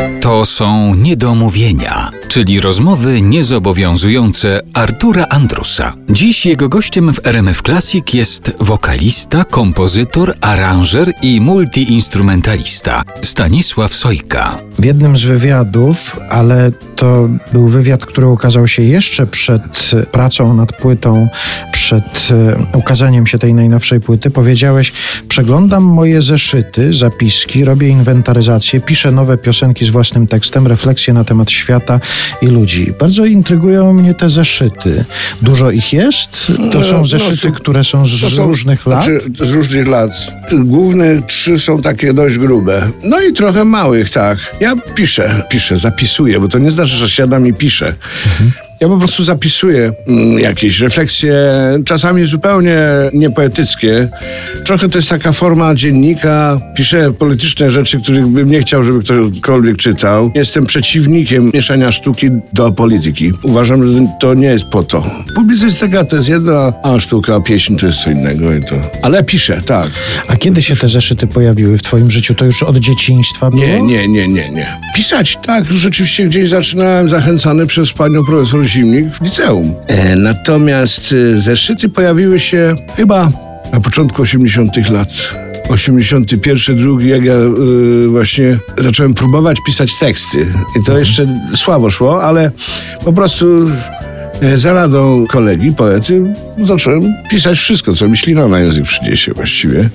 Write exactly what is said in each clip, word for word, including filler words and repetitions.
To są niedomówienia, czyli rozmowy niezobowiązujące Artura Andrusa. Dziś jego gościem w R M F Classic jest wokalista, kompozytor, aranżer i multiinstrumentalista Stanisław Sojka. W jednym z wywiadów, ale to był wywiad, który ukazał się jeszcze przed pracą nad płytą, przed ukazaniem się tej najnowszej płyty, powiedziałeś: przeglądam moje zeszyty, zapiski, robię inwentaryzację, piszę nowe piosenki z własnym tekstem, refleksje na temat świata i ludzi. Bardzo intrygują mnie te zeszyty. Dużo ich jest? To są zeszyty, no, które są z są, różnych lat? Znaczy, z różnych lat. Główne trzy są takie dość grube. No i trochę małych, tak. Ja piszę, piszę, zapisuję, bo to nie znaczy, że siadam i piszę. Mhm. Ja po prostu zapisuję mm, jakieś refleksje, czasami zupełnie niepoetyckie. Trochę to jest taka forma dziennika. Piszę polityczne rzeczy, których bym nie chciał, żeby ktokolwiek czytał. Jestem przeciwnikiem mieszania sztuki do polityki. Uważam, że to nie jest po to. Publicystyka to jest jedna, a sztuka, pieśń to jest co innego. I to... Ale piszę, tak. A kiedy się te zeszyty pojawiły w twoim życiu? To już od dzieciństwa było? Nie, nie, nie, nie, nie. Pisać, tak. Rzeczywiście gdzieś zaczynałem, zachęcany przez panią profesor Zimnik w liceum. E, natomiast e, zeszyty pojawiły się chyba na początku osiemdziesiątych lat. osiemdziesiąty pierwszy, drugi, jak ja y, właśnie zacząłem próbować pisać teksty. I to jeszcze słabo szło, ale po prostu y, za radą kolegi, poety, zacząłem pisać wszystko, co mi ślina na język przyniesie właściwie.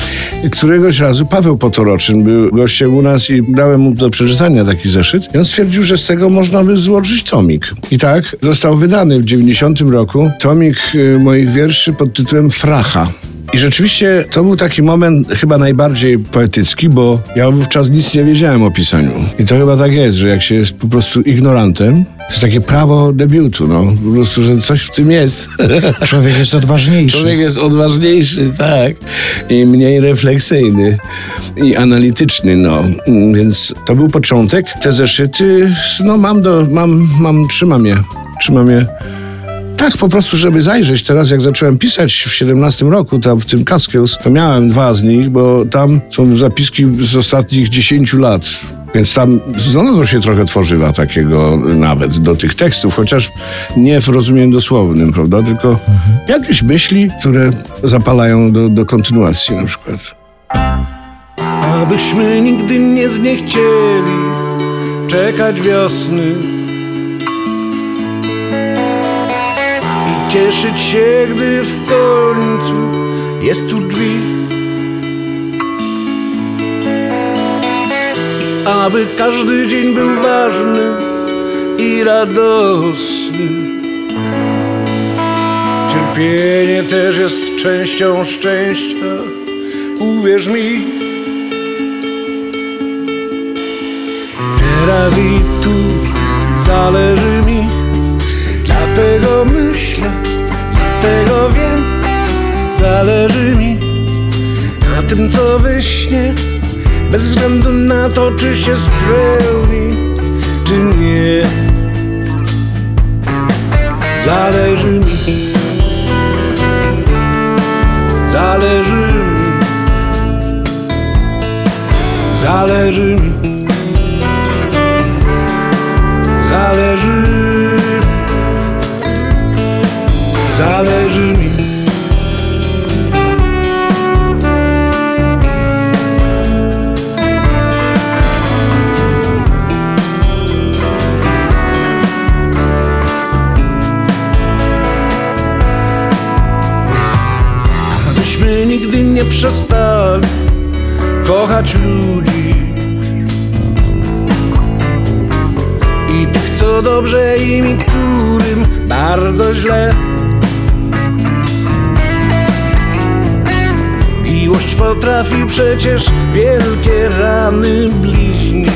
I któregoś razu Paweł Potoroczyn był gościem u nas i dałem mu do przeczytania taki zeszyt. I on stwierdził, że z tego można by złożyć tomik. I tak został wydany w dziewięćdziesiątym roku tomik y, moich wierszy pod tytułem Fracha. I rzeczywiście to był taki moment chyba najbardziej poetycki, bo ja wówczas nic nie wiedziałem o pisaniu. I to chyba tak jest, że jak się jest po prostu ignorantem, to jest takie prawo debiutu, no. Po prostu, że coś w tym jest. Człowiek jest odważniejszy. Człowiek jest odważniejszy, tak. I mniej refleksyjny. I analityczny, no. Więc to był początek. Te zeszyty, no mam do, mam, mam, trzymam je. Trzymam je. Tak, po prostu, żeby zajrzeć. Teraz jak zacząłem pisać w siedemnastym roku, tam w tym Catskills, to miałem dwa z nich, bo tam są zapiski z ostatnich dziesięciu lat. Więc tam znalazło się trochę tworzywa takiego nawet do tych tekstów, chociaż nie w rozumieniu dosłownym, prawda? Tylko mhm. jakieś myśli, które zapalają do, do kontynuacji na przykład. Abyśmy nigdy nie zniechcieli czekać wiosny i cieszyć się, gdy w końcu jest tu drzwi. I aby każdy dzień był ważny i radosny. Cierpienie też jest częścią szczęścia, uwierz mi. Teraz i tu zależy mi, dlatego myślę, dlatego wiem. Zależy mi na tym, co wyśnie, bez względu na to, czy się spełni, czy nie. Zależy mi, zależy mi, zależy mi, zależy mi, zależy mi. Abyśmy nigdy nie przestali kochać ludzi i tych, co dobrze im i którym bardzo źle. Miłość potrafi przecież wielkie rany bliźnić.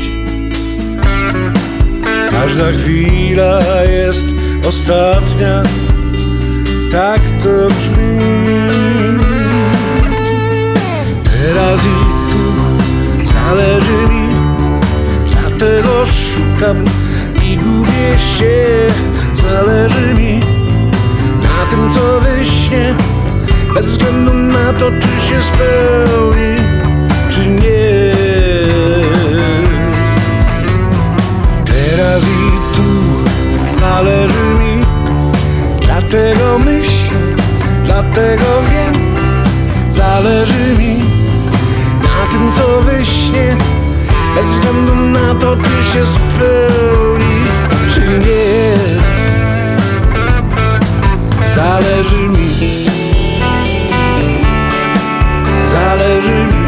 Każda chwila jest ostatnia, tak to brzmi. Teraz i tu zależy mi, dlatego szukam i gubię się. Zależy mi na tym, co wyśnie, bez względu na to, czy się spełni, czy nie. bez względu na to, czy się spełni, czy nie. Zależy mi, zależy mi,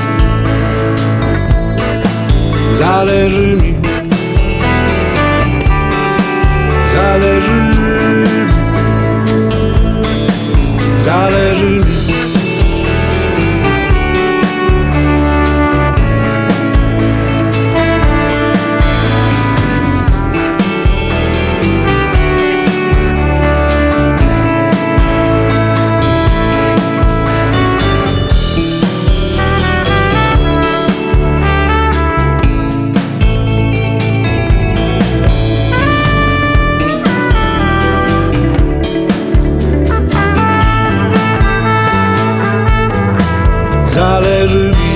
zależy mi, zależy mi, zależy mi. Zależy mi,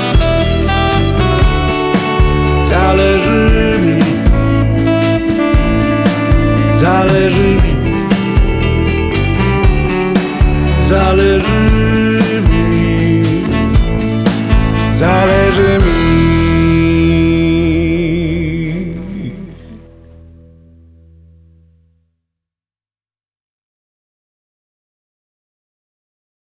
zależy mi, zależy mi, zależy mi.